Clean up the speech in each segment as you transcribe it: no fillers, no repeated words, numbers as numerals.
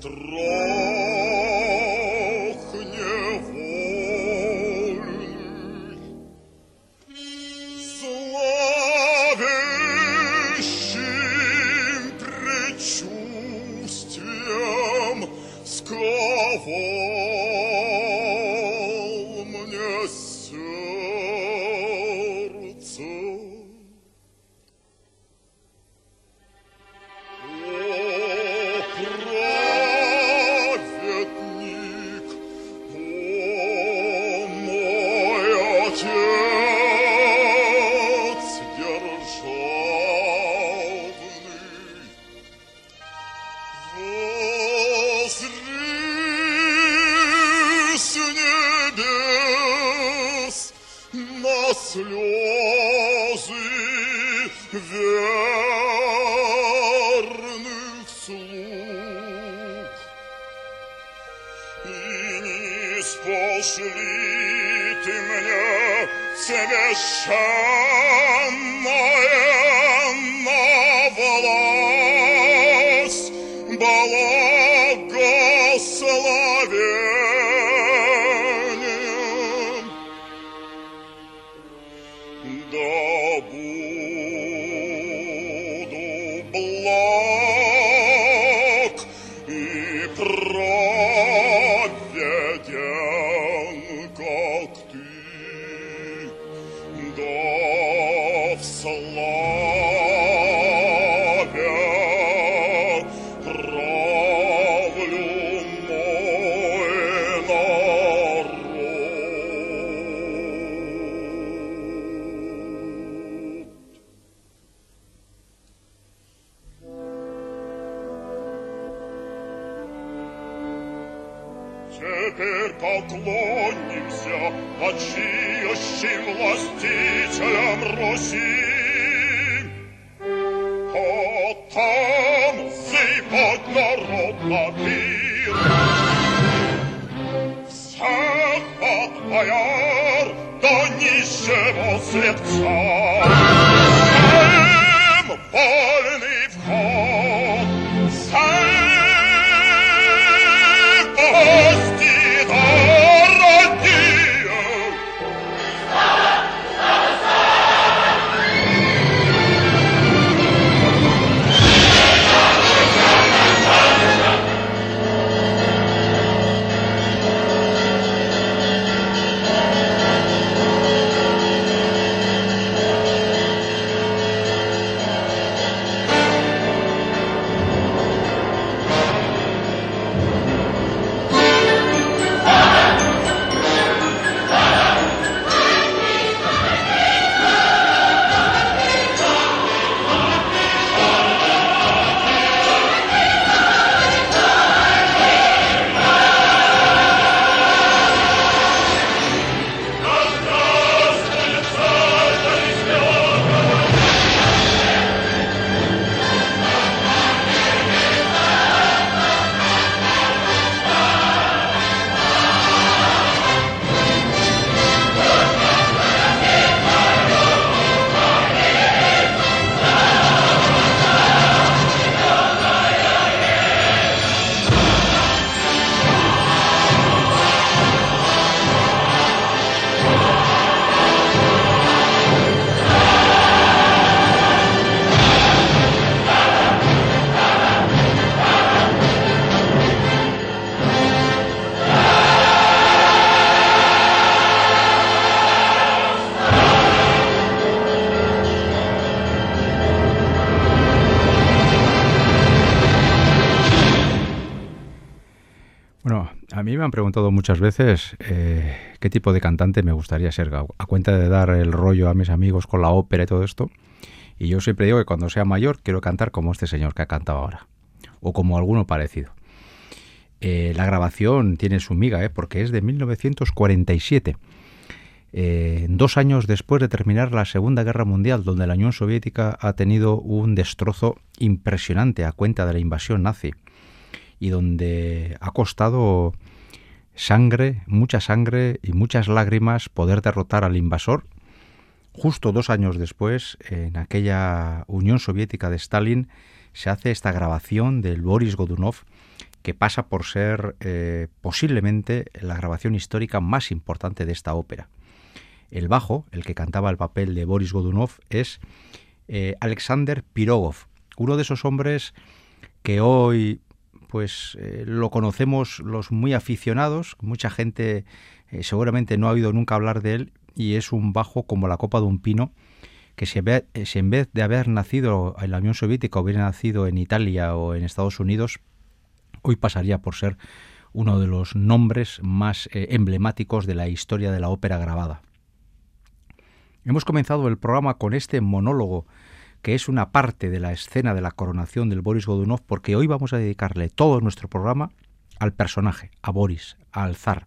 Теперь поклонимся почиющим властителям Руси. Потом сыпать народ на пир. Всех от бояр до нищего слепца. Всем вольный вход. A mí me han preguntado muchas veces qué tipo de cantante me gustaría ser, a cuenta de dar el rollo a mis amigos con la ópera y todo esto. Y yo siempre digo que cuando sea mayor quiero cantar como este señor que ha cantado ahora, o como alguno parecido. La grabación tiene su miga, porque es de 1947, 2 años después de terminar la Segunda Guerra Mundial, donde la Unión Soviética ha tenido un destrozo impresionante a cuenta de la invasión nazi, y donde ha costado sangre, mucha sangre y muchas lágrimas poder derrotar al invasor. Justo 2 años después, en aquella Unión Soviética de Stalin, se hace esta grabación del Boris Godunov, que pasa por ser posiblemente la grabación histórica más importante de esta ópera. El bajo, el que cantaba el papel de Boris Godunov, es Alexander Pirogov, uno de esos hombres que hoy pues lo conocemos los muy aficionados, mucha gente seguramente no ha oído nunca hablar de él, y es un bajo como la copa de un pino, que si en vez de haber nacido en la Unión Soviética hubiera nacido en Italia o en Estados Unidos, hoy pasaría por ser uno de los nombres más emblemáticos de la historia de la ópera grabada. Hemos comenzado el programa con este monólogo, que es una parte de la escena de la coronación del Boris Godunov, porque hoy vamos a dedicarle todo nuestro programa al personaje, a Boris, al zar.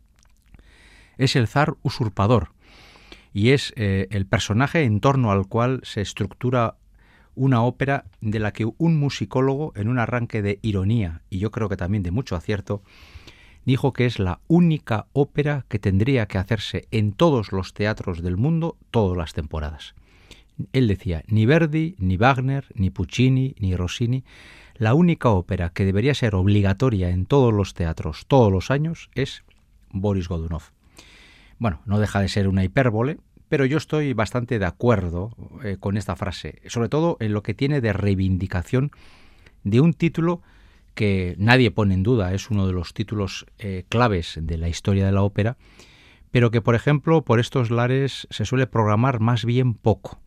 Es el zar usurpador y es el personaje en torno al cual se estructura una ópera de la que un musicólogo, en un arranque de ironía y yo creo que también de mucho acierto, dijo que es la única ópera que tendría que hacerse en todos los teatros del mundo todas las temporadas. Él decía, ni Verdi, ni Wagner, ni Puccini, ni Rossini, la única ópera que debería ser obligatoria en todos los teatros todos los años es Boris Godunov. Bueno, no deja de ser una hipérbole, pero yo estoy bastante de acuerdo con esta frase, sobre todo en lo que tiene de reivindicación de un título que nadie pone en duda, es uno de los títulos claves de la historia de la ópera, pero que, por ejemplo, por estos lares se suele programar más bien poco.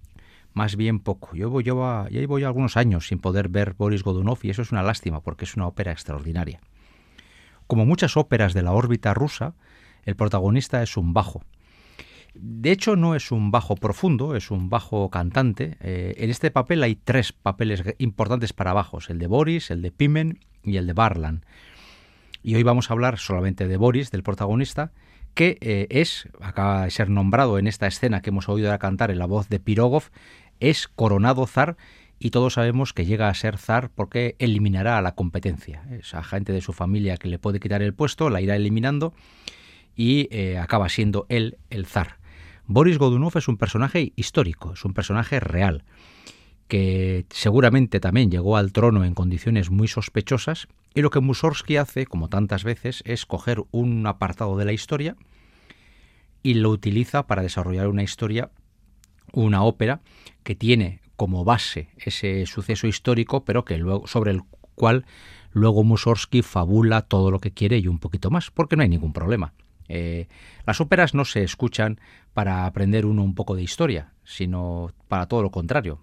Yo voy algunos años sin poder ver Boris Godunov y eso es una lástima porque es una ópera extraordinaria. Como muchas óperas de la órbita rusa, el protagonista es un bajo. De hecho, no es un bajo profundo, es un bajo cantante. En este papel hay 3 papeles importantes para bajos, el de Boris, el de Pimen y el de Varlan. Y hoy vamos a hablar solamente de Boris, del protagonista, que acaba de ser nombrado en esta escena que hemos oído cantar en la voz de Pirogov, es coronado zar y todos sabemos que llega a ser zar porque eliminará a la competencia. Esa gente de su familia que le puede quitar el puesto la irá eliminando y acaba siendo él el zar. Boris Godunov es un personaje histórico, es un personaje real, que seguramente también llegó al trono en condiciones muy sospechosas, y lo que Mussorgsky hace, como tantas veces, es coger un apartado de la historia y lo utiliza para desarrollar una historia, una ópera que tiene como base ese suceso histórico, pero que luego, sobre el cual luego Mussorgsky fabula todo lo que quiere y un poquito más, porque no hay ningún problema. Las óperas no se escuchan para aprender uno un poco de historia, sino para todo lo contrario,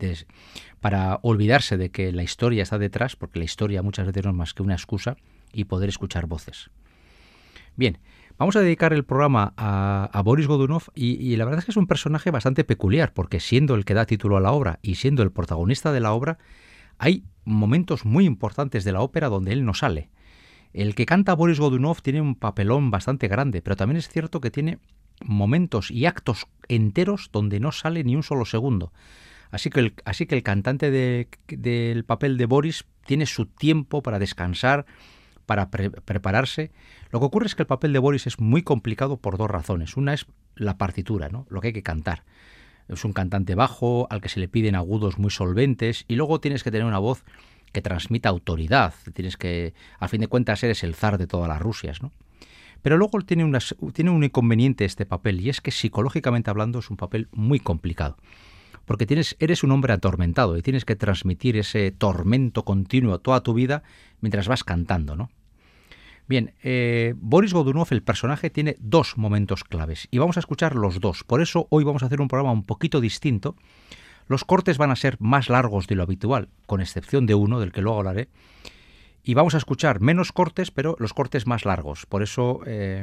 para olvidarse de que la historia está detrás, porque la historia muchas veces no es más que una excusa, y poder escuchar voces. Bien, vamos a dedicar el programa a Boris Godunov y la verdad es que es un personaje bastante peculiar, porque siendo el que da título a la obra y siendo el protagonista de la obra, hay momentos muy importantes de la ópera donde él no sale. El que canta Boris Godunov tiene un papelón bastante grande, pero también es cierto que tiene momentos y actos enteros donde no sale ni un solo segundo. Así que el cantante del papel de Boris tiene su tiempo para descansar, para prepararse. Lo que ocurre es que el papel de Boris es muy complicado por 2 razones. Una es la partitura, ¿no? Lo que hay que cantar. Es un cantante bajo, al que se le piden agudos muy solventes, y luego tienes que tener una voz que transmita autoridad. Tienes que, a fin de cuentas, eres el zar de todas las Rusias, ¿no? Pero luego tiene un inconveniente este papel, y es que psicológicamente hablando es un papel muy complicado. Porque eres un hombre atormentado y tienes que transmitir ese tormento continuo toda tu vida mientras vas cantando, ¿no? Bien, Boris Godunov, el personaje, tiene 2 momentos claves y vamos a escuchar los 2. Por eso hoy vamos a hacer un programa un poquito distinto. Los cortes van a ser más largos de lo habitual, con excepción de uno, del que luego hablaré. Y vamos a escuchar menos cortes, pero los cortes más largos. Por eso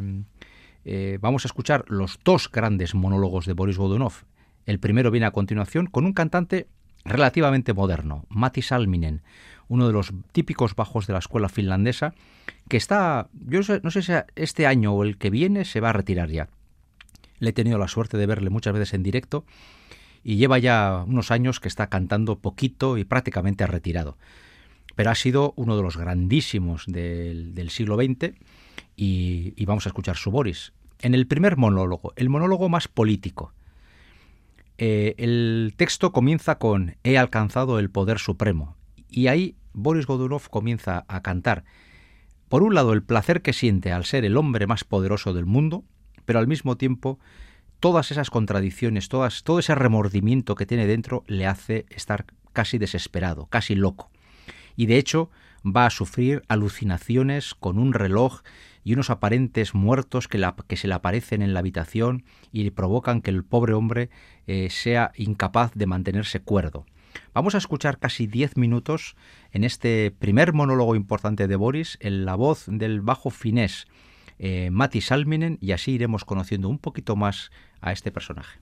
vamos a escuchar los 2 grandes monólogos de Boris Godunov. El primero viene a continuación con un cantante relativamente moderno, Matti Salminen, uno de los típicos bajos de la escuela finlandesa, que está, yo no sé si este año o el que viene se va a retirar ya. Le he tenido la suerte de verle muchas veces en directo y lleva ya unos años que está cantando poquito y prácticamente retirado. Pero ha sido uno de los grandísimos del siglo XX y vamos a escuchar su Boris. En el primer monólogo, el monólogo más político, el texto comienza con «He alcanzado el poder supremo» y ahí Boris Godunov comienza a cantar, por un lado, el placer que siente al ser el hombre más poderoso del mundo, pero al mismo tiempo todas esas contradicciones, todo ese remordimiento que tiene dentro le hace estar casi desesperado, casi loco. Y de hecho va a sufrir alucinaciones con un reloj y unos aparentes muertos que se le aparecen en la habitación y le provocan que el pobre hombre sea incapaz de mantenerse cuerdo. Vamos a escuchar casi 10 minutos en este primer monólogo importante de Boris en la voz del bajo finés Matti Salminen, y así iremos conociendo un poquito más a este personaje.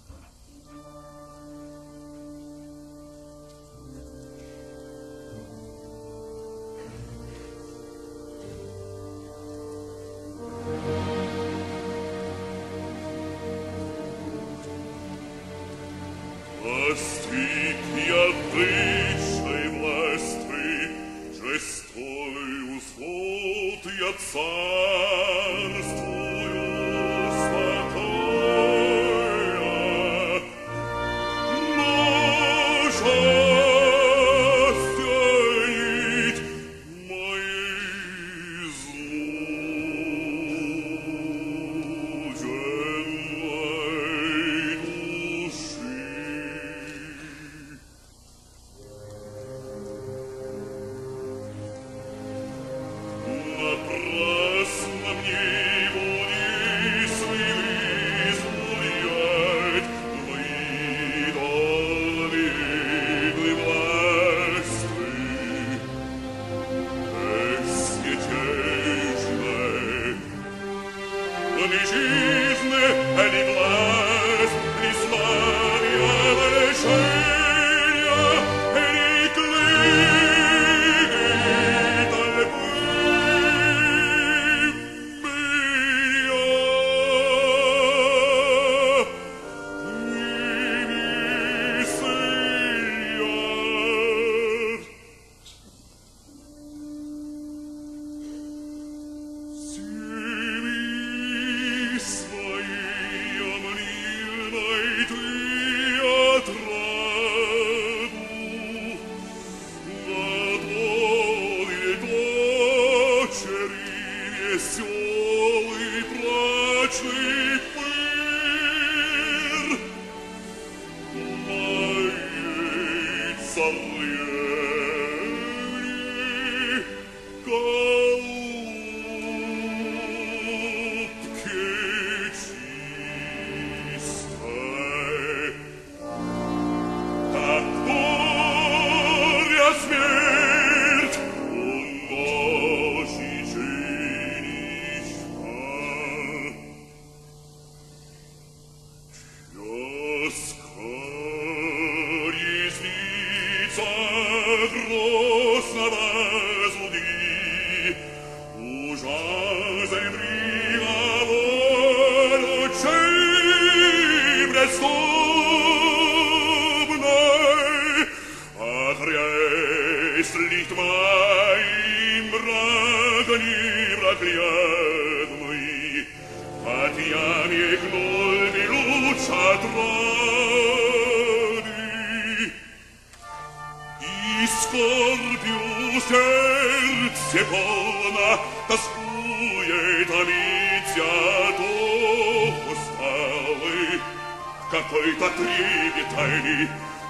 Какой-то трепетный,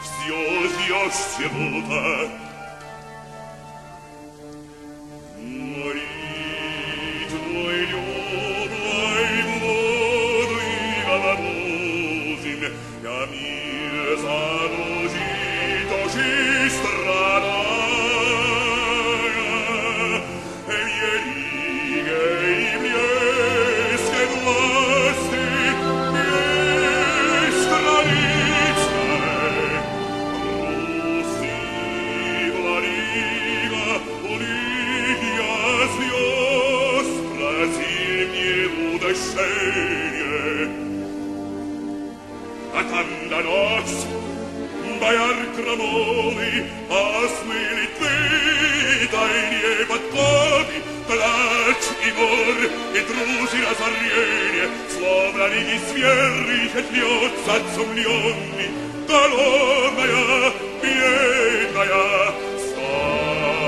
все ждешь чего-то. Морит твой лед, твой воду и голодузим, я мир занудит, очи страдая, великой и блеске власти. А там до ночь бояр крамолы осмылит ты тайне подковы, плач и боль, и трусит озарение, словно лики сверху льется отсумленный, голодная, бедная, стара.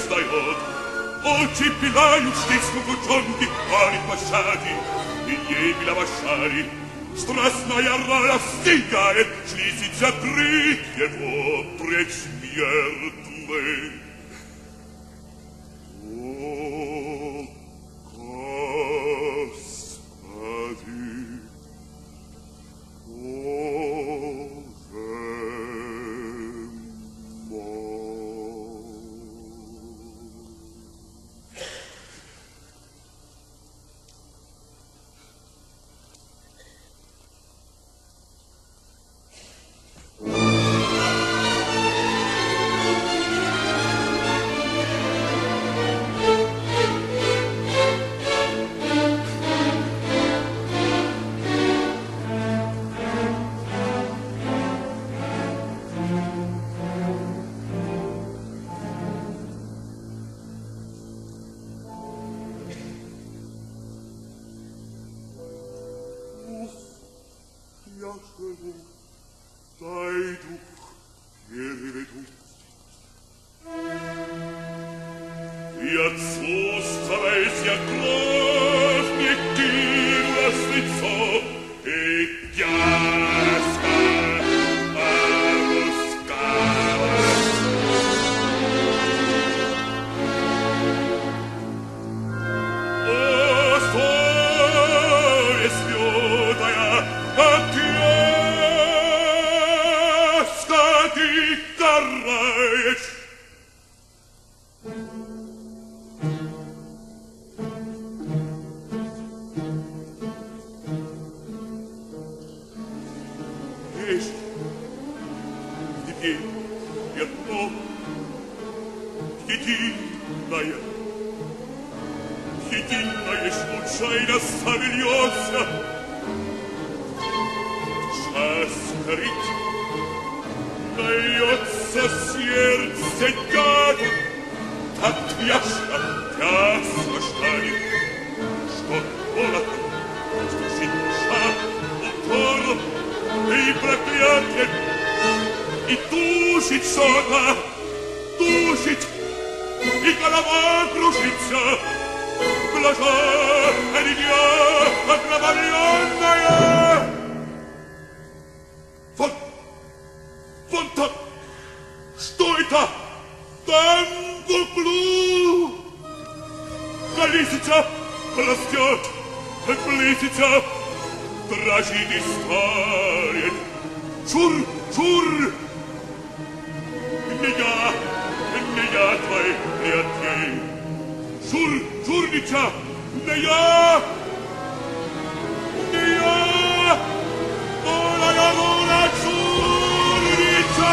встает. Очи пылают, стиснув ученки, пали пощади, и ей главашари. Страстная рана стигает, шлизит закрыть его предсмертный. О, Господи, дай дух переведу. И отсутствует я кровь, не кинулась в лицо, и пьяска опускалась. О, совесть лютая, как ты караешь. Есть теперь одно единое случайно совельется. Час горит, дается сердце тянет, так ясно станет, что холод, стучит душа укором и проклятием, и тушит что-то, тушит, и голова кружится, блаженная, окровавленная. Вон там! Что это? Там в углу! Колесица растет, близится, дрожит и старит. Чур, чур! Не я твой приятель. Чур, чурница, не я! Моя чурница!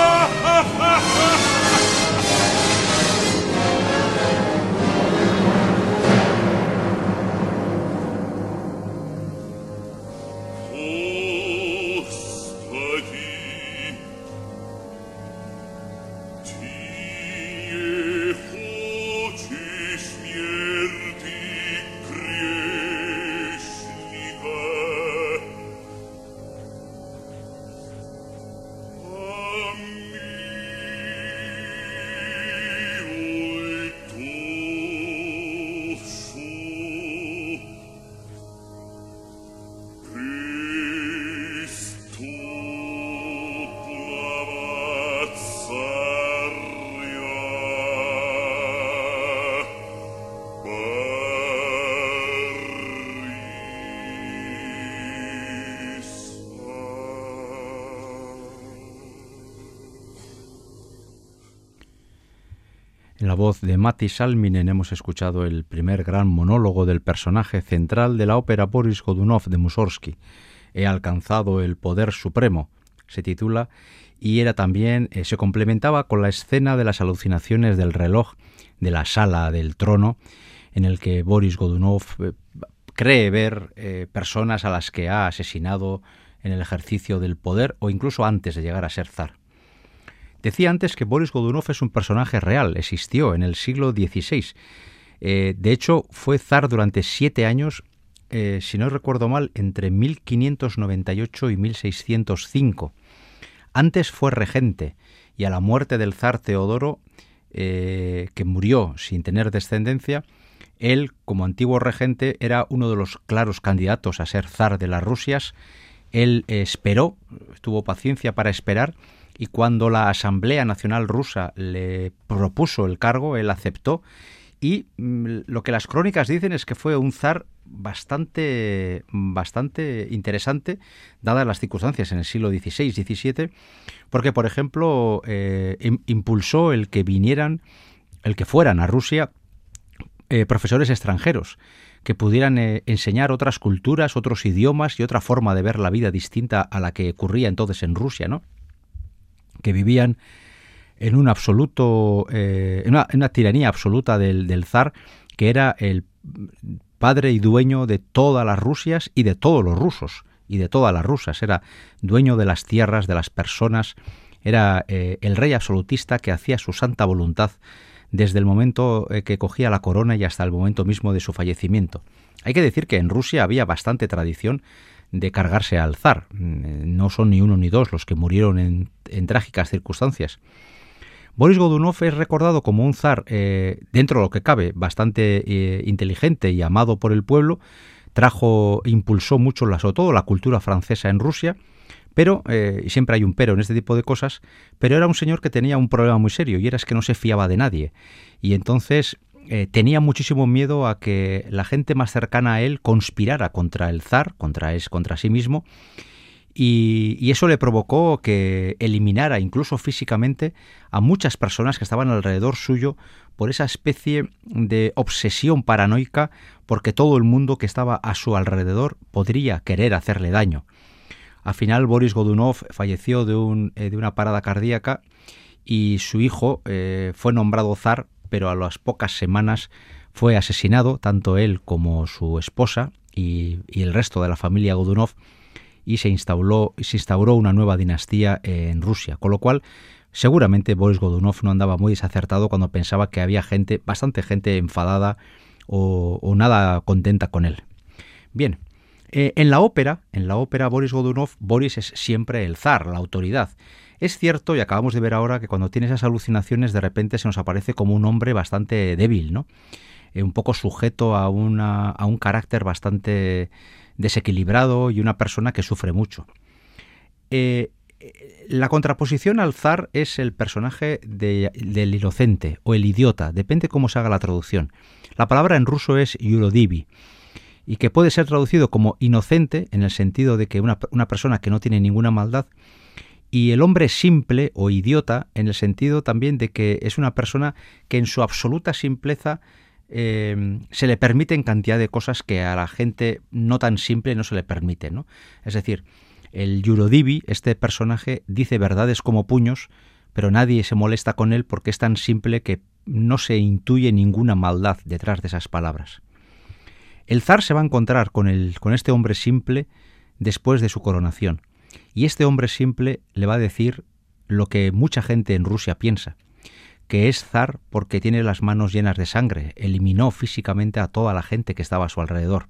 En la voz de Matti Salminen hemos escuchado el primer gran monólogo del personaje central de la ópera Boris Godunov de Mussorgsky. He alcanzado el poder supremo, se titula, y era también, se complementaba con la escena de las alucinaciones del reloj de la sala del trono, en el que Boris Godunov cree ver personas a las que ha asesinado en el ejercicio del poder o incluso antes de llegar a ser zar. Decía antes que Boris Godunov es un personaje real, existió en el siglo XVI. De hecho, fue zar durante 7 años, si no recuerdo mal, entre 1598 y 1605. Antes fue regente y a la muerte del zar Teodoro que murió sin tener descendencia, él, como antiguo regente, era uno de los claros candidatos a ser zar de las Rusias. Él esperó, tuvo paciencia para esperar, y cuando la Asamblea Nacional Rusa le propuso el cargo, él aceptó. Y lo que las crónicas dicen es que fue un zar bastante interesante, dadas las circunstancias en el siglo XVI-XVII, porque, por ejemplo, impulsó el que fueran a Rusia profesores extranjeros que pudieran enseñar otras culturas, otros idiomas y otra forma de ver la vida distinta a la que ocurría entonces en Rusia, ¿no? Que vivían en un absoluto, en una tiranía absoluta del zar, que era el padre y dueño de todas las Rusias y de todos los rusos y de todas las rusas. Era dueño de las tierras, de las personas. Era el rey absolutista que hacía su santa voluntad desde el momento que cogía la corona y hasta el momento mismo de su fallecimiento. Hay que decir que en Rusia había bastante tradición de cargarse al zar. No son ni uno ni dos los que murieron en trágicas circunstancias. Boris Godunov es recordado como un zar, dentro de lo que cabe, bastante inteligente y amado por el pueblo. Impulsó mucho, sobre todo, la cultura francesa en Rusia, pero, y siempre hay un pero en este tipo de cosas, pero era un señor que tenía un problema muy serio, y era que no se fiaba de nadie. Y entonces tenía muchísimo miedo a que la gente más cercana a él conspirara contra el zar, contra sí mismo, y eso le provocó que eliminara incluso físicamente a muchas personas que estaban alrededor suyo por esa especie de obsesión paranoica, porque todo el mundo que estaba a su alrededor podría querer hacerle daño. Al final Boris Godunov falleció de una parada cardíaca, y su hijo fue nombrado zar, pero a las pocas semanas fue asesinado, tanto él como su esposa y el resto de la familia Godunov, y se instauró una nueva dinastía en Rusia, con lo cual seguramente Boris Godunov no andaba muy desacertado cuando pensaba que había bastante gente enfadada o nada contenta con él. Bien, en la ópera Boris Godunov, Boris es siempre el zar, la autoridad. Es cierto, y acabamos de ver ahora, que cuando tiene esas alucinaciones de repente se nos aparece como un hombre bastante débil, ¿no? Un poco sujeto a un carácter bastante desequilibrado y una persona que sufre mucho. La contraposición al zar es el personaje del inocente o el idiota, depende cómo se haga la traducción. La palabra en ruso es yurodivi, y que puede ser traducido como inocente en el sentido de que una persona que no tiene ninguna maldad, y el hombre simple o idiota en el sentido también de que es una persona que en su absoluta simpleza se le permiten cantidad de cosas que a la gente no tan simple no se le permite, ¿no? Es decir, el Yurodivi, este personaje, dice verdades como puños, pero nadie se molesta con él porque es tan simple que no se intuye ninguna maldad detrás de esas palabras. El zar se va a encontrar con este hombre simple después de su coronación, y este hombre simple le va a decir lo que mucha gente en Rusia piensa, que es zar porque tiene las manos llenas de sangre, eliminó físicamente a toda la gente que estaba a su alrededor.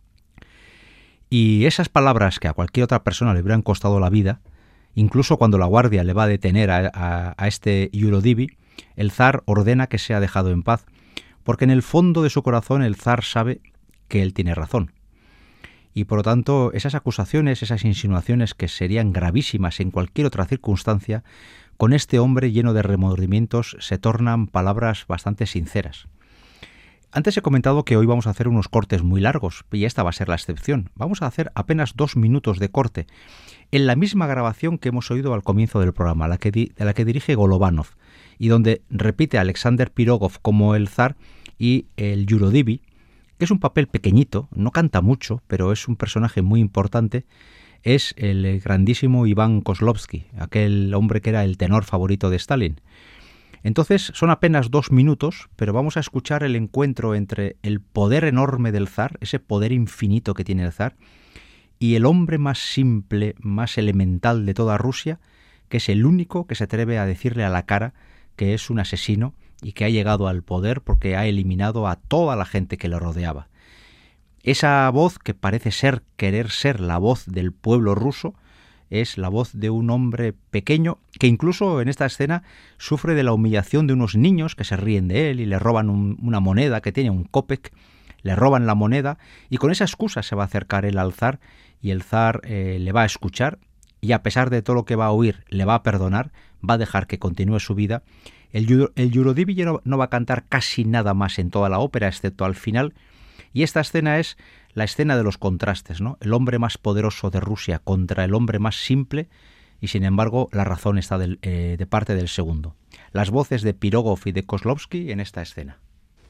Y esas palabras que a cualquier otra persona le hubieran costado la vida, incluso cuando la guardia le va a detener a este Yurodivi, el zar ordena que sea dejado en paz, porque en el fondo de su corazón el zar sabe que él tiene razón. Y por lo tanto, esas acusaciones, esas insinuaciones que serían gravísimas en cualquier otra circunstancia, con este hombre lleno de remordimientos se tornan palabras bastante sinceras. Antes he comentado que hoy vamos a hacer unos cortes muy largos, y esta va a ser la excepción. Vamos a hacer apenas 2 minutos de corte, en la misma grabación que hemos oído al comienzo del programa, la que dirige Golovanov, y donde repite a Alexander Pirogov como el zar y el Yurodivi, que es un papel pequeñito, no canta mucho, pero es un personaje muy importante. Es el grandísimo Iván Kozlovsky, aquel hombre que era el tenor favorito de Stalin. Entonces son apenas 2 minutos, pero vamos a escuchar el encuentro entre el poder enorme del zar, ese poder infinito que tiene el zar, y el hombre más simple, más elemental de toda Rusia, que es el único que se atreve a decirle a la cara que es un asesino y que ha llegado al poder porque ha eliminado a toda la gente que le rodeaba. Esa voz que parece querer ser la voz del pueblo ruso, es la voz de un hombre pequeño que incluso en esta escena sufre de la humillación de unos niños que se ríen de él y le roban una moneda que tiene, un kopek, le roban la moneda y con esa excusa se va a acercar él al zar y el zar le va a escuchar y a pesar de todo lo que va a oír le va a perdonar, va a dejar que continúe su vida. El Yurodiville no va a cantar casi nada más en toda la ópera excepto al final y esta escena es la escena de los contrastes, ¿no? El hombre más poderoso de Rusia contra el hombre más simple y sin embargo la razón está de parte del segundo. Las voces de Pirogov y de Kozlovsky en esta escena.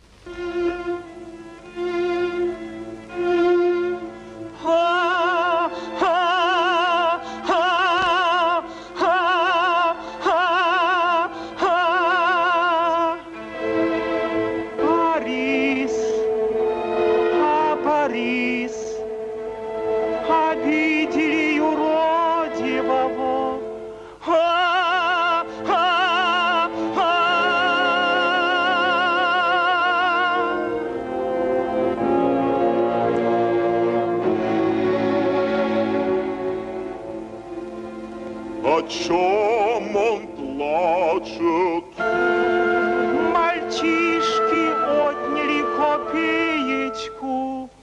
О чем он плачет? Мальчишки отняли копеечку,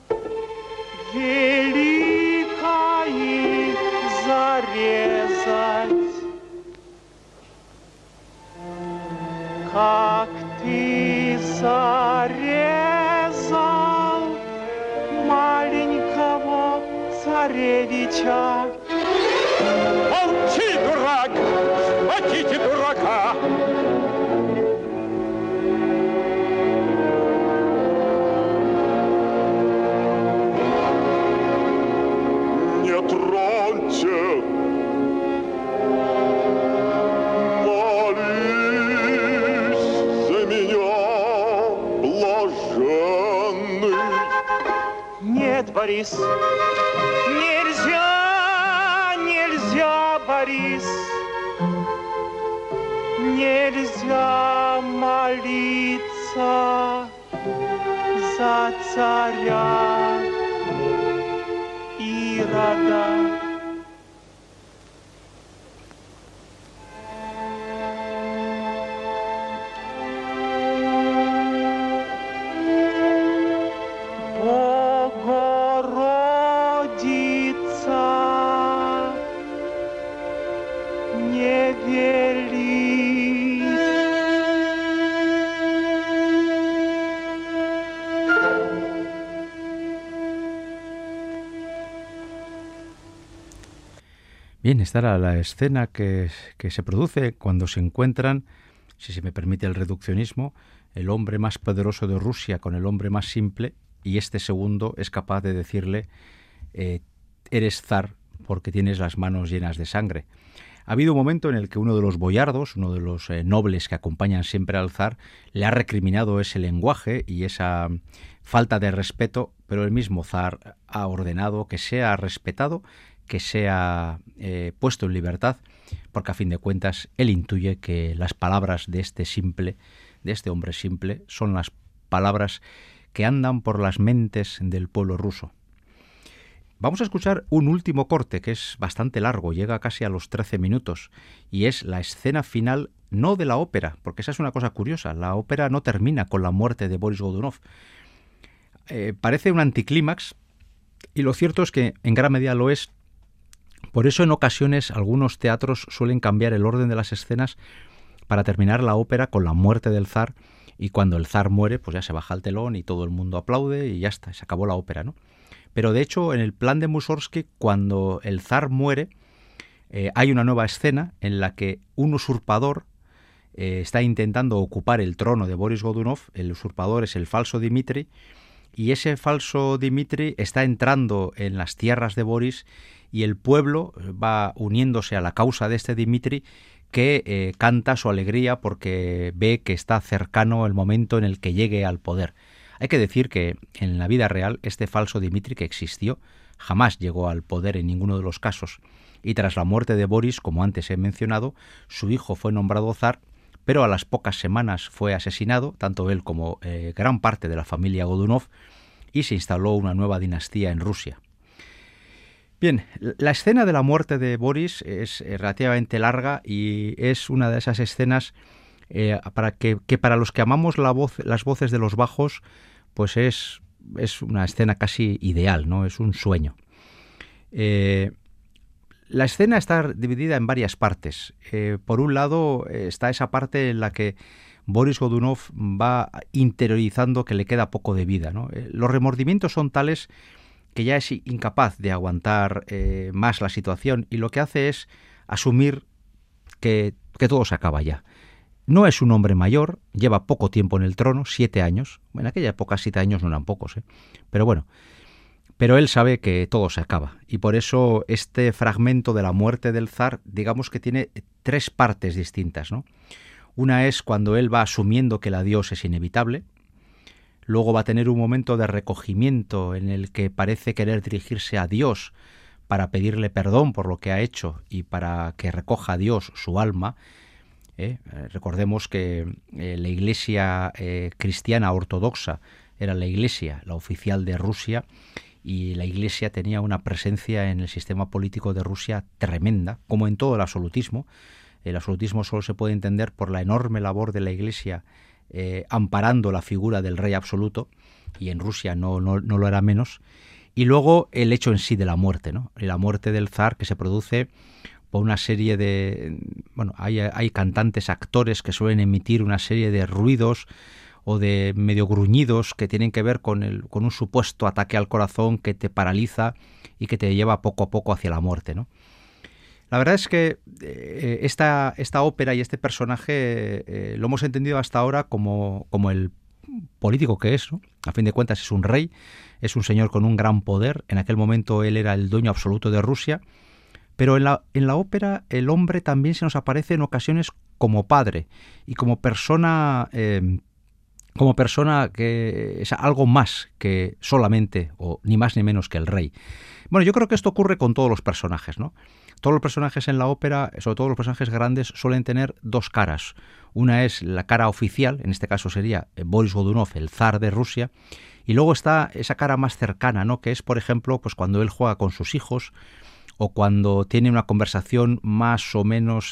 велика их зарезать. Как ты зарезал маленького царевича. Молчи, дурак! Схватите дурака! Не троньте! Молись за меня, блаженный! Нет, Борис, нельзя, Борис, нельзя молиться за царя Ирода. Bien, esta era la escena que se produce cuando se encuentran, si se me permite el reduccionismo, el hombre más poderoso de Rusia con el hombre más simple, y este segundo es capaz de decirle eres zar porque tienes las manos llenas de sangre. Ha habido un momento en el que uno de los boyardos, uno de los nobles que acompañan siempre al zar, le ha recriminado ese lenguaje y esa falta de respeto, pero el mismo zar ha ordenado que sea respetado, que sea puesto en libertad, porque a fin de cuentas él intuye que las palabras de este hombre simple, son las palabras que andan por las mentes del pueblo ruso. Vamos a escuchar un último corte que es bastante largo, llega casi a los 13 minutos, y es la escena final, no de la ópera, porque esa es una cosa curiosa, la ópera no termina con la muerte de Boris Godunov. Parece un anticlímax, y lo cierto es que en gran medida lo es. Por eso en ocasiones algunos teatros suelen cambiar el orden de las escenas para terminar la ópera con la muerte del zar, y cuando el zar muere pues ya se baja el telón y todo el mundo aplaude y ya está, se acabó la ópera, ¿no? Pero de hecho en el plan de Mussorgsky, cuando el zar muere, hay una nueva escena en la que un usurpador está intentando ocupar el trono de Boris Godunov. El usurpador es el falso Dmitri, y ese falso Dmitri está entrando en las tierras de Boris y el pueblo va uniéndose a la causa de este Dmitri, que canta su alegría porque ve que está cercano el momento en el que llegue al poder. Hay que decir que en la vida real este falso Dmitri, que existió, jamás llegó al poder en ninguno de los casos, y tras la muerte de Boris, como antes he mencionado, su hijo fue nombrado zar, pero a las pocas semanas fue asesinado, tanto él como gran parte de la familia Godunov, y se instaló una nueva dinastía en Rusia. Bien, la escena de la muerte de Boris es relativamente larga y es una de esas escenas que para los que amamos las voces de los bajos, pues es una escena casi ideal, ¿no? Es un sueño. La escena está dividida en varias partes. Por un lado está esa parte en la que Boris Godunov va interiorizando que le queda poco de vida, ¿no? Los remordimientos son tales que ya es incapaz de aguantar más la situación y lo que hace es asumir que todo se acaba ya. No es un hombre mayor, lleva poco tiempo en el trono, 7 años. En aquella época 7 años no eran pocos, pero bueno. Pero él sabe que todo se acaba y por eso este fragmento de la muerte del zar, digamos que tiene 3 partes distintas, ¿no? Una es cuando él va asumiendo que el adiós es inevitable. Luego va a tener un momento de recogimiento en el que parece querer dirigirse a Dios para pedirle perdón por lo que ha hecho y para que recoja a Dios su alma. Recordemos que la Iglesia cristiana ortodoxa era la Iglesia, la oficial de Rusia, y la Iglesia tenía una presencia en el sistema político de Rusia tremenda, como en todo el absolutismo. El absolutismo solo se puede entender por la enorme labor de la Iglesia amparando la figura del rey absoluto, y en Rusia no lo era menos. Y luego el hecho en sí de la muerte, ¿no? La muerte del zar, que se produce por una serie de... Bueno, hay cantantes, actores que suelen emitir una serie de ruidos o de medio gruñidos que tienen que ver con un supuesto ataque al corazón que te paraliza y que te lleva poco a poco hacia la muerte, ¿no? La verdad es que esta ópera y este personaje lo hemos entendido hasta ahora como el político que es, ¿no? A fin de cuentas es un rey, es un señor con un gran poder. En aquel momento él era el dueño absoluto de Rusia, pero en la ópera el hombre también se nos aparece en ocasiones como padre y como persona que es algo más que solamente, o ni más ni menos que el rey. Bueno, yo creo que esto ocurre con todos los personajes, ¿no? Todos los personajes en la ópera, sobre todo los personajes grandes, suelen tener 2 caras. Una es la cara oficial, en este caso sería Boris Godunov, el zar de Rusia, y luego está esa cara más cercana, ¿no? Que es, por ejemplo, pues cuando él juega con sus hijos o cuando tiene una conversación más o menos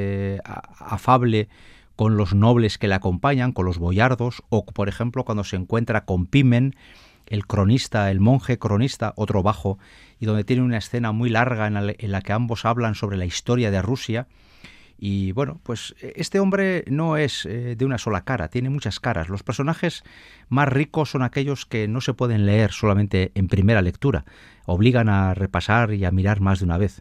afable con los nobles que le acompañan, con los boyardos, o por ejemplo cuando se encuentra con Pimen, el cronista, el monje cronista, otro bajo, y donde tiene una escena muy larga en la que ambos hablan sobre la historia de Rusia. Y bueno, pues este hombre no es de una sola cara, tiene muchas caras. Los personajes más ricos son aquellos que no se pueden leer solamente en primera lectura, obligan a repasar y a mirar más de una vez.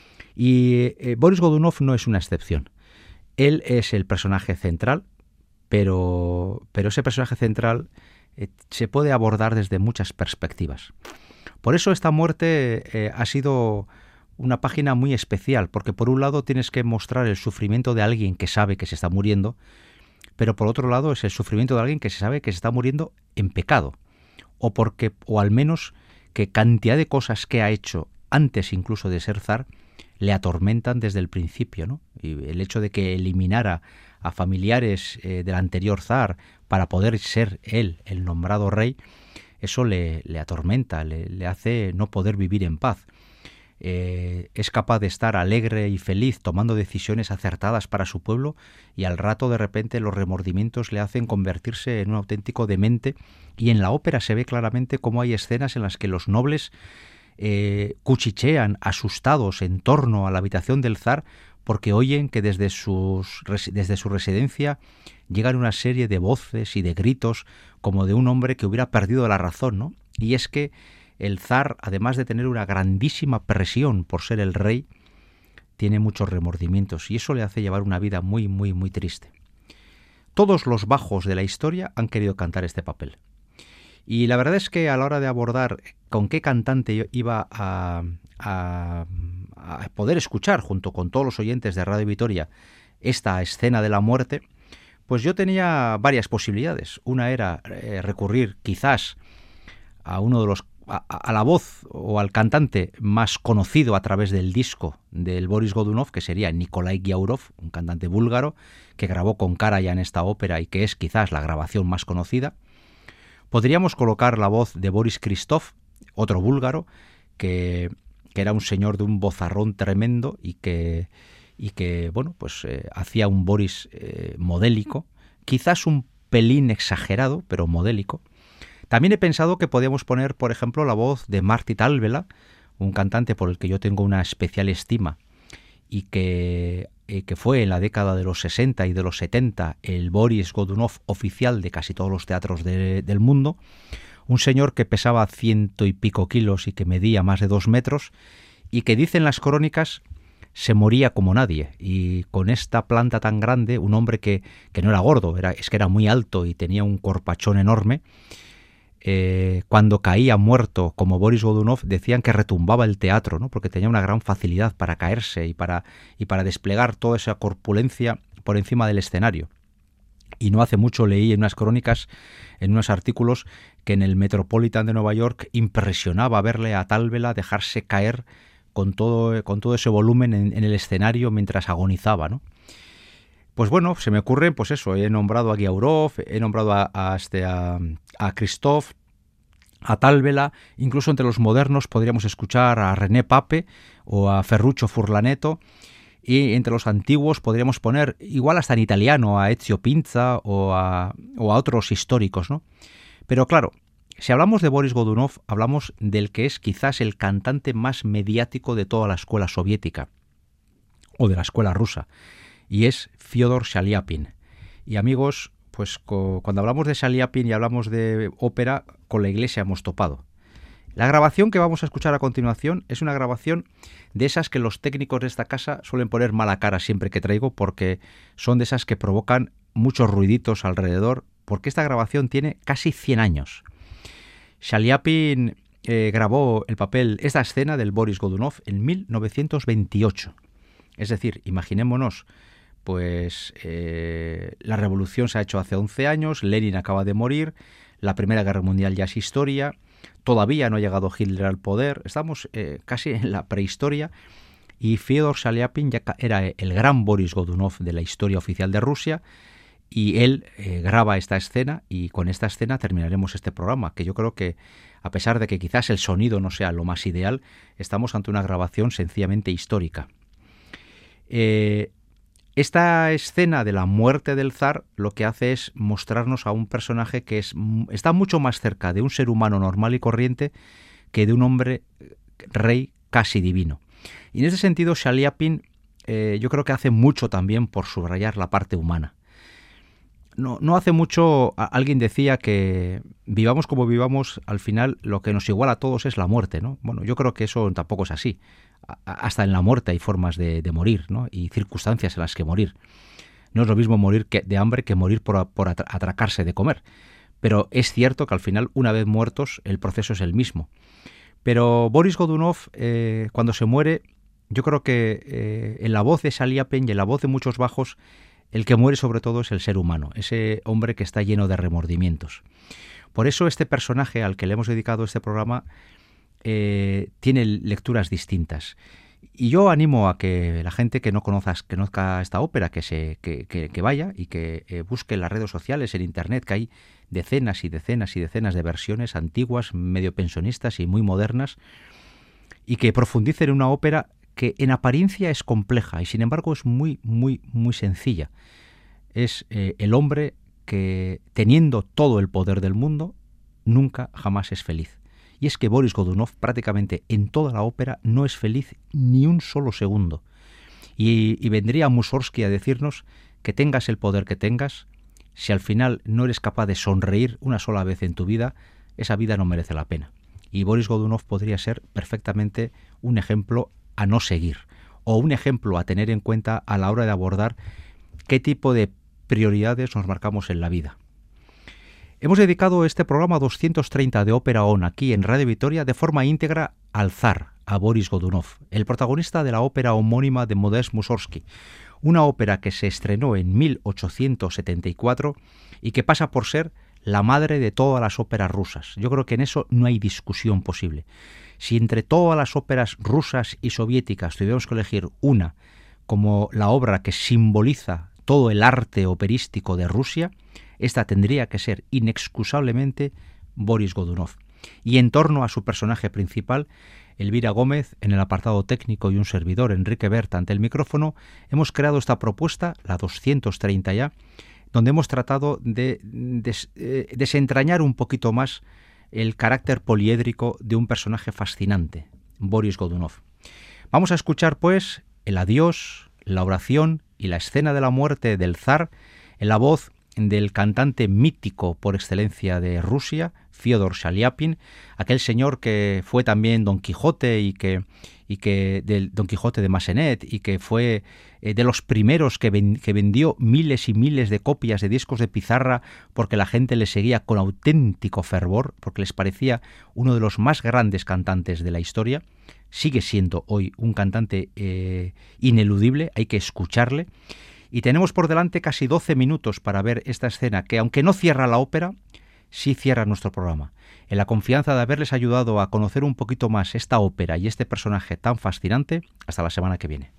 Y Boris Godunov no es una excepción. Él es el personaje central, pero ese personaje central se puede abordar desde muchas perspectivas. Por eso esta muerte ha sido una página muy especial, porque por un lado tienes que mostrar el sufrimiento de alguien que sabe que se está muriendo, pero por otro lado es el sufrimiento de alguien que se sabe que se está muriendo en pecado, o al menos que cantidad de cosas que ha hecho antes incluso de ser zar le atormentan desde el principio, ¿no? Y el hecho de que eliminara a familiares del anterior zar para poder ser él el nombrado rey, eso le atormenta, le hace no poder vivir en paz. Es capaz de estar alegre y feliz tomando decisiones acertadas para su pueblo, y al rato de repente los remordimientos le hacen convertirse en un auténtico demente, y en la ópera se ve claramente cómo hay escenas en las que los nobles cuchichean asustados en torno a la habitación del zar porque oyen que desde su residencia llegan una serie de voces y de gritos como de un hombre que hubiera perdido la razón, ¿no? Y es que el zar, además de tener una grandísima presión por ser el rey, tiene muchos remordimientos y eso le hace llevar una vida muy, muy, muy triste. Todos los bajos de la historia han querido cantar este papel. Y la verdad es que a la hora de abordar con qué cantante iba a poder escuchar junto con todos los oyentes de Radio Vitoria esta escena de la muerte, pues yo tenía varias posibilidades. Una era recurrir quizás a uno de los a la voz o al cantante más conocido a través del disco del Boris Godunov, que sería Nikolai Giaurov, un cantante búlgaro que grabó con Karajan esta ópera y que es quizás la grabación más conocida. Podríamos colocar la voz de Boris Christoph, otro búlgaro, que que era un señor de un vozarrón tremendo y que bueno, pues hacía un Boris modélico, quizás un pelín exagerado, pero modélico. También he pensado que podíamos poner, por ejemplo, la voz de Martti Talvela, un cantante por el que yo tengo una especial estima y que fue en la década de los 60 y de los 70 el Boris Godunov oficial de casi todos los teatros del mundo, un señor que pesaba 100 y pico kilos y que medía más de 2 metros y que dicen las crónicas se moría como nadie, y con esta planta tan grande, un hombre que no era gordo, es que era muy alto y tenía un corpachón enorme, cuando caía muerto como Boris Godunov decían que retumbaba el teatro, ¿no? Porque tenía una gran facilidad para caerse y para desplegar toda esa corpulencia por encima del escenario. Y no hace mucho leí en unas crónicas, en unos artículos, que en el Metropolitan de Nueva York impresionaba verle a Talvela dejarse caer con todo ese volumen en el escenario mientras agonizaba, ¿no? Pues bueno, se me ocurre, pues eso, he nombrado a Guiaurov, he nombrado a Christoph, a Talvela, incluso entre los modernos podríamos escuchar a René Pape o a Ferruccio Furlaneto, y entre los antiguos podríamos poner, igual hasta en italiano, a Ezio Pinza o a otros históricos, ¿no? Pero claro, si hablamos de Boris Godunov, hablamos del que es quizás el cantante más mediático de toda la escuela soviética, o de la escuela rusa, y es Fyodor Shaliapin. Y amigos, pues cuando hablamos de Shaliapin y hablamos de ópera, con la Iglesia hemos topado. La grabación que vamos a escuchar a continuación es una grabación de esas que los técnicos de esta casa suelen poner mala cara siempre que traigo, porque son de esas que provocan muchos ruiditos alrededor, porque esta grabación tiene casi 100 años. Shaliapin grabó esta escena del Boris Godunov en 1928. Es decir, imaginémonos, pues la revolución se ha hecho hace 11 años, Lenin acaba de morir, la Primera Guerra Mundial ya es historia, todavía no ha llegado Hitler al poder, estamos casi en la prehistoria, y Fyodor Shaliapin ya era el gran Boris Godunov de la historia oficial de Rusia, y él graba esta escena, y con esta escena terminaremos este programa, que yo creo que, a pesar de que quizás el sonido no sea lo más ideal, estamos ante una grabación sencillamente histórica. Esta escena de la muerte del zar lo que hace es mostrarnos a un personaje que está mucho más cerca de un ser humano normal y corriente que de un hombre rey casi divino. Y en ese sentido, Shaliapin yo creo que hace mucho también por subrayar la parte humana. No hace mucho alguien decía que vivamos como vivamos, al final lo que nos iguala a todos es la muerte, ¿no? Bueno, yo creo que eso tampoco es así. Hasta en la muerte hay formas de morir, ¿no? Y circunstancias en las que morir. No es lo mismo morir de hambre que morir por atracarse de comer. Pero es cierto que al final, una vez muertos, el proceso es el mismo. Pero Boris Godunov, cuando se muere, yo creo que en la voz de Shaliapin y en la voz de muchos bajos, el que muere sobre todo es el ser humano, ese hombre que está lleno de remordimientos. Por eso este personaje al que le hemos dedicado este programa tiene lecturas distintas. Y yo animo a que la gente que no conozca esta ópera, que vaya y que busque en las redes sociales, en internet, que hay decenas y decenas y decenas de versiones antiguas, medio pensionistas y muy modernas, y que profundicen en una ópera que en apariencia es compleja y sin embargo es muy, muy, muy sencilla. Es el hombre que, teniendo todo el poder del mundo, nunca jamás es feliz. Y es que Boris Godunov prácticamente en toda la ópera no es feliz ni un solo segundo. Y vendría Mussorgsky a decirnos que tengas el poder que tengas, si al final no eres capaz de sonreír una sola vez en tu vida, esa vida no merece la pena. Y Boris Godunov podría ser perfectamente un ejemplo a no seguir, o un ejemplo a tener en cuenta a la hora de abordar qué tipo de prioridades nos marcamos en la vida. Hemos dedicado este programa 230 de Ópera ON aquí en Radio Vitoria de forma íntegra al zar, a Boris Godunov, el protagonista de la ópera homónima de Modest Mussorgsky, una ópera que se estrenó en 1874 y que pasa por ser la madre de todas las óperas rusas. Yo creo que en eso no hay discusión posible. Si entre todas las óperas rusas y soviéticas tuviéramos que elegir una como la obra que simboliza todo el arte operístico de Rusia, esta tendría que ser inexcusablemente Boris Godunov. Y en torno a su personaje principal, Elvira Gómez en el apartado técnico y un servidor, Enrique Berta, ante el micrófono, hemos creado esta propuesta, la 230 ya, donde hemos tratado de desentrañar un poquito más el carácter poliédrico de un personaje fascinante, Boris Godunov. Vamos a escuchar, pues, el adiós, la oración y la escena de la muerte del zar en la voz del cantante mítico por excelencia de Rusia, Fyodor Shaliapin, aquel señor que fue también Don Quijote y que del Don Quijote de Massenet y que fue de los primeros que vendió miles y miles de copias de discos de pizarra porque la gente le seguía con auténtico fervor, porque les parecía uno de los más grandes cantantes de la historia. Sigue siendo hoy un cantante ineludible, hay que escucharle. Y tenemos por delante casi 12 minutos para ver esta escena que, aunque no cierra la ópera, sí cierra nuestro programa. En la confianza de haberles ayudado a conocer un poquito más esta ópera y este personaje tan fascinante, hasta la semana que viene.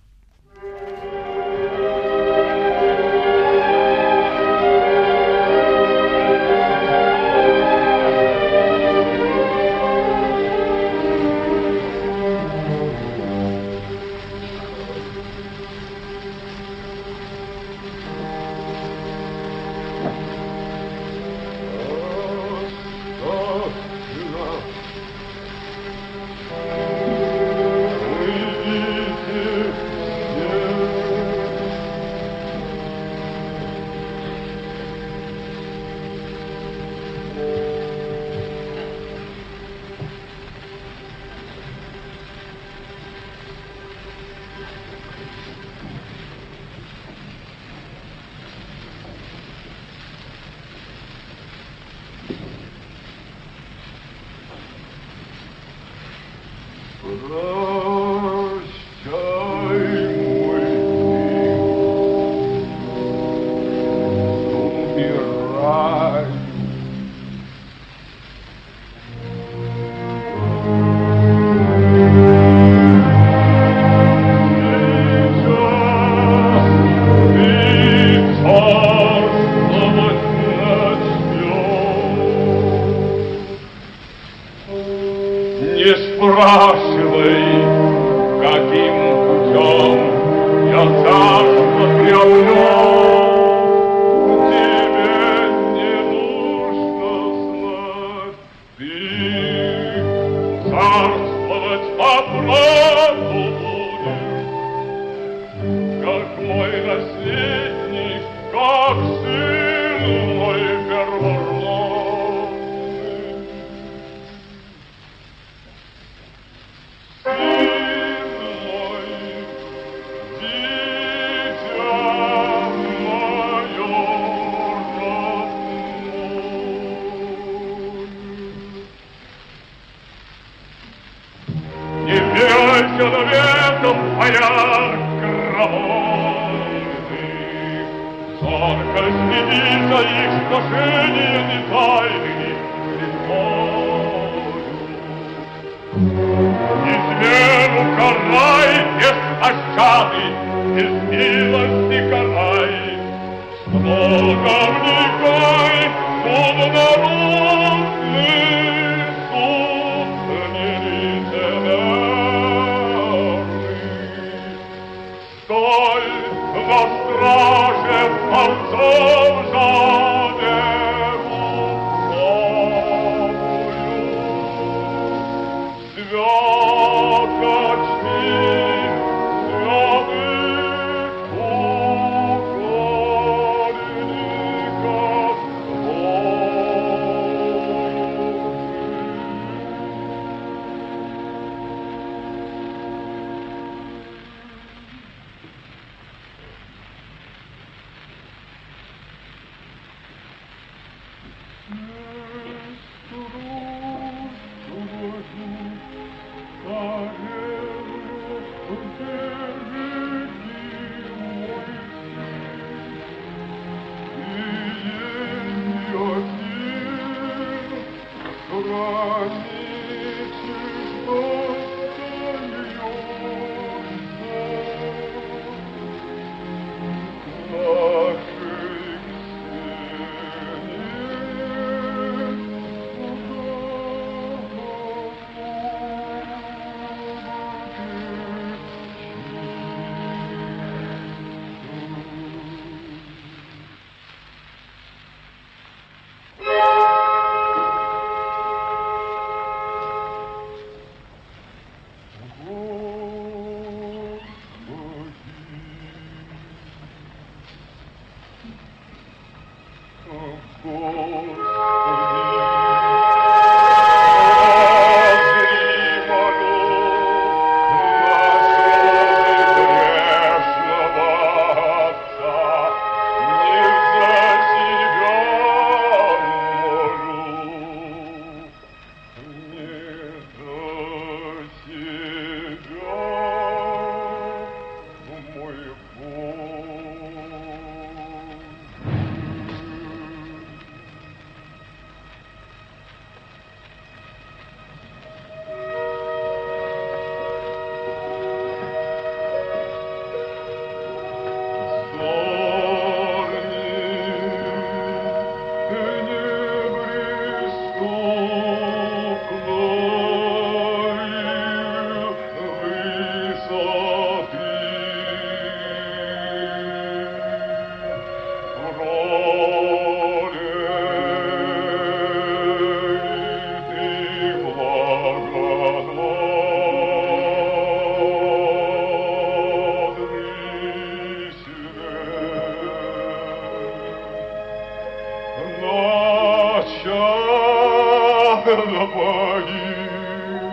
верно погиб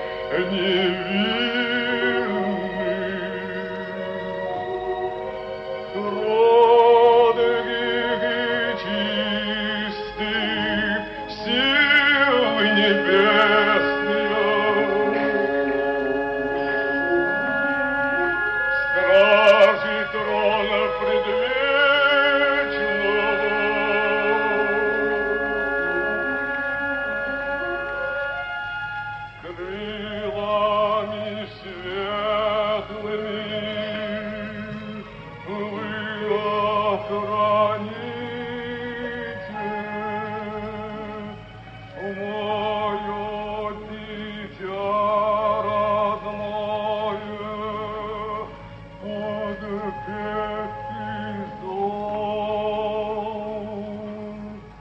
невинный. Родных и чистых сил небесных, стражи трона предвечного, крылами светлыми вы охраните мое дитя родное под крепкий дом.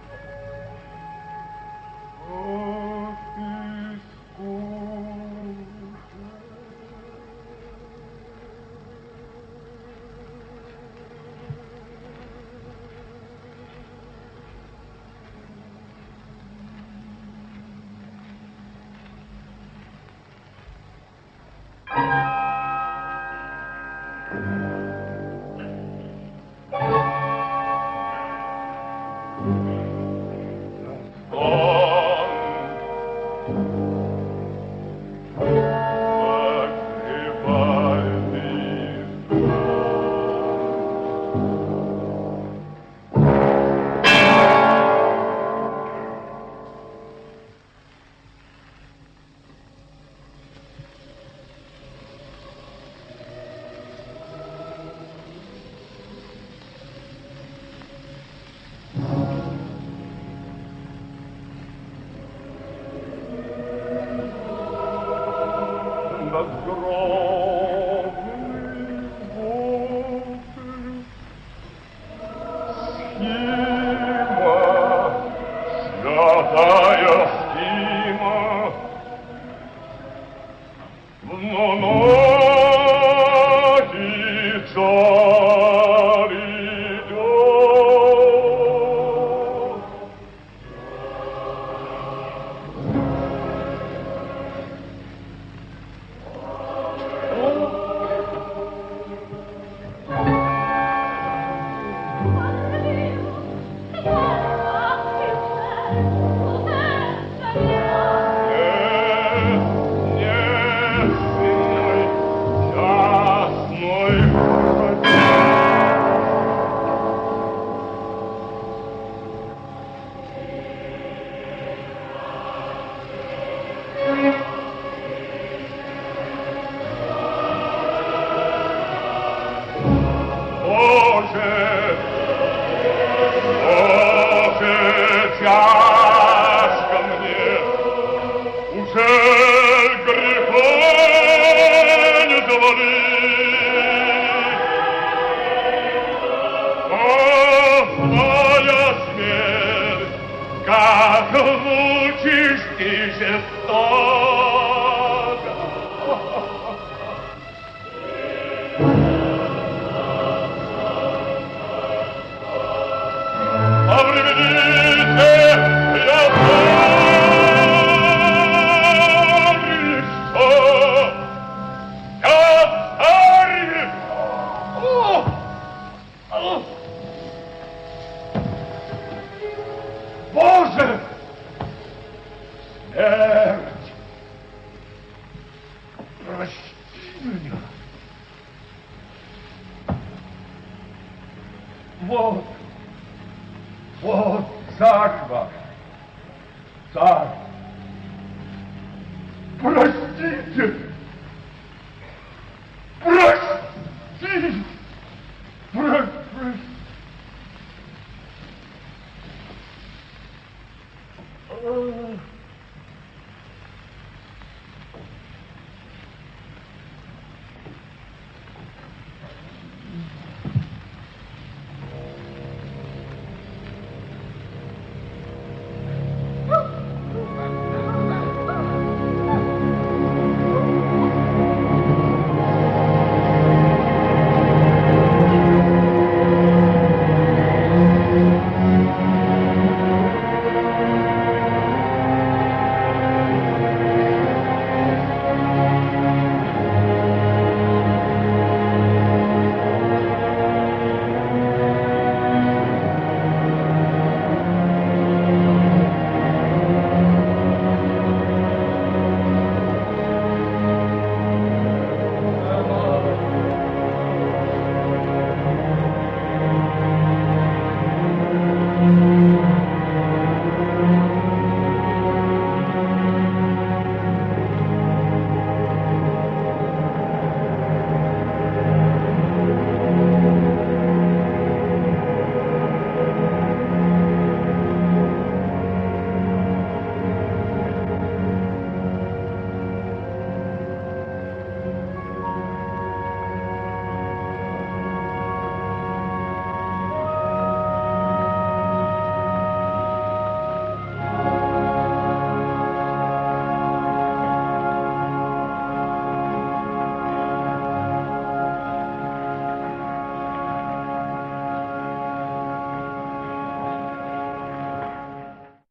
Тяжко мне, уже греха не завалить. Моя смерть, как мучишь ты жестоко. Приведите, я царь! Боже! Смерть! Прости меня! Вот царь ваш, царь, простите!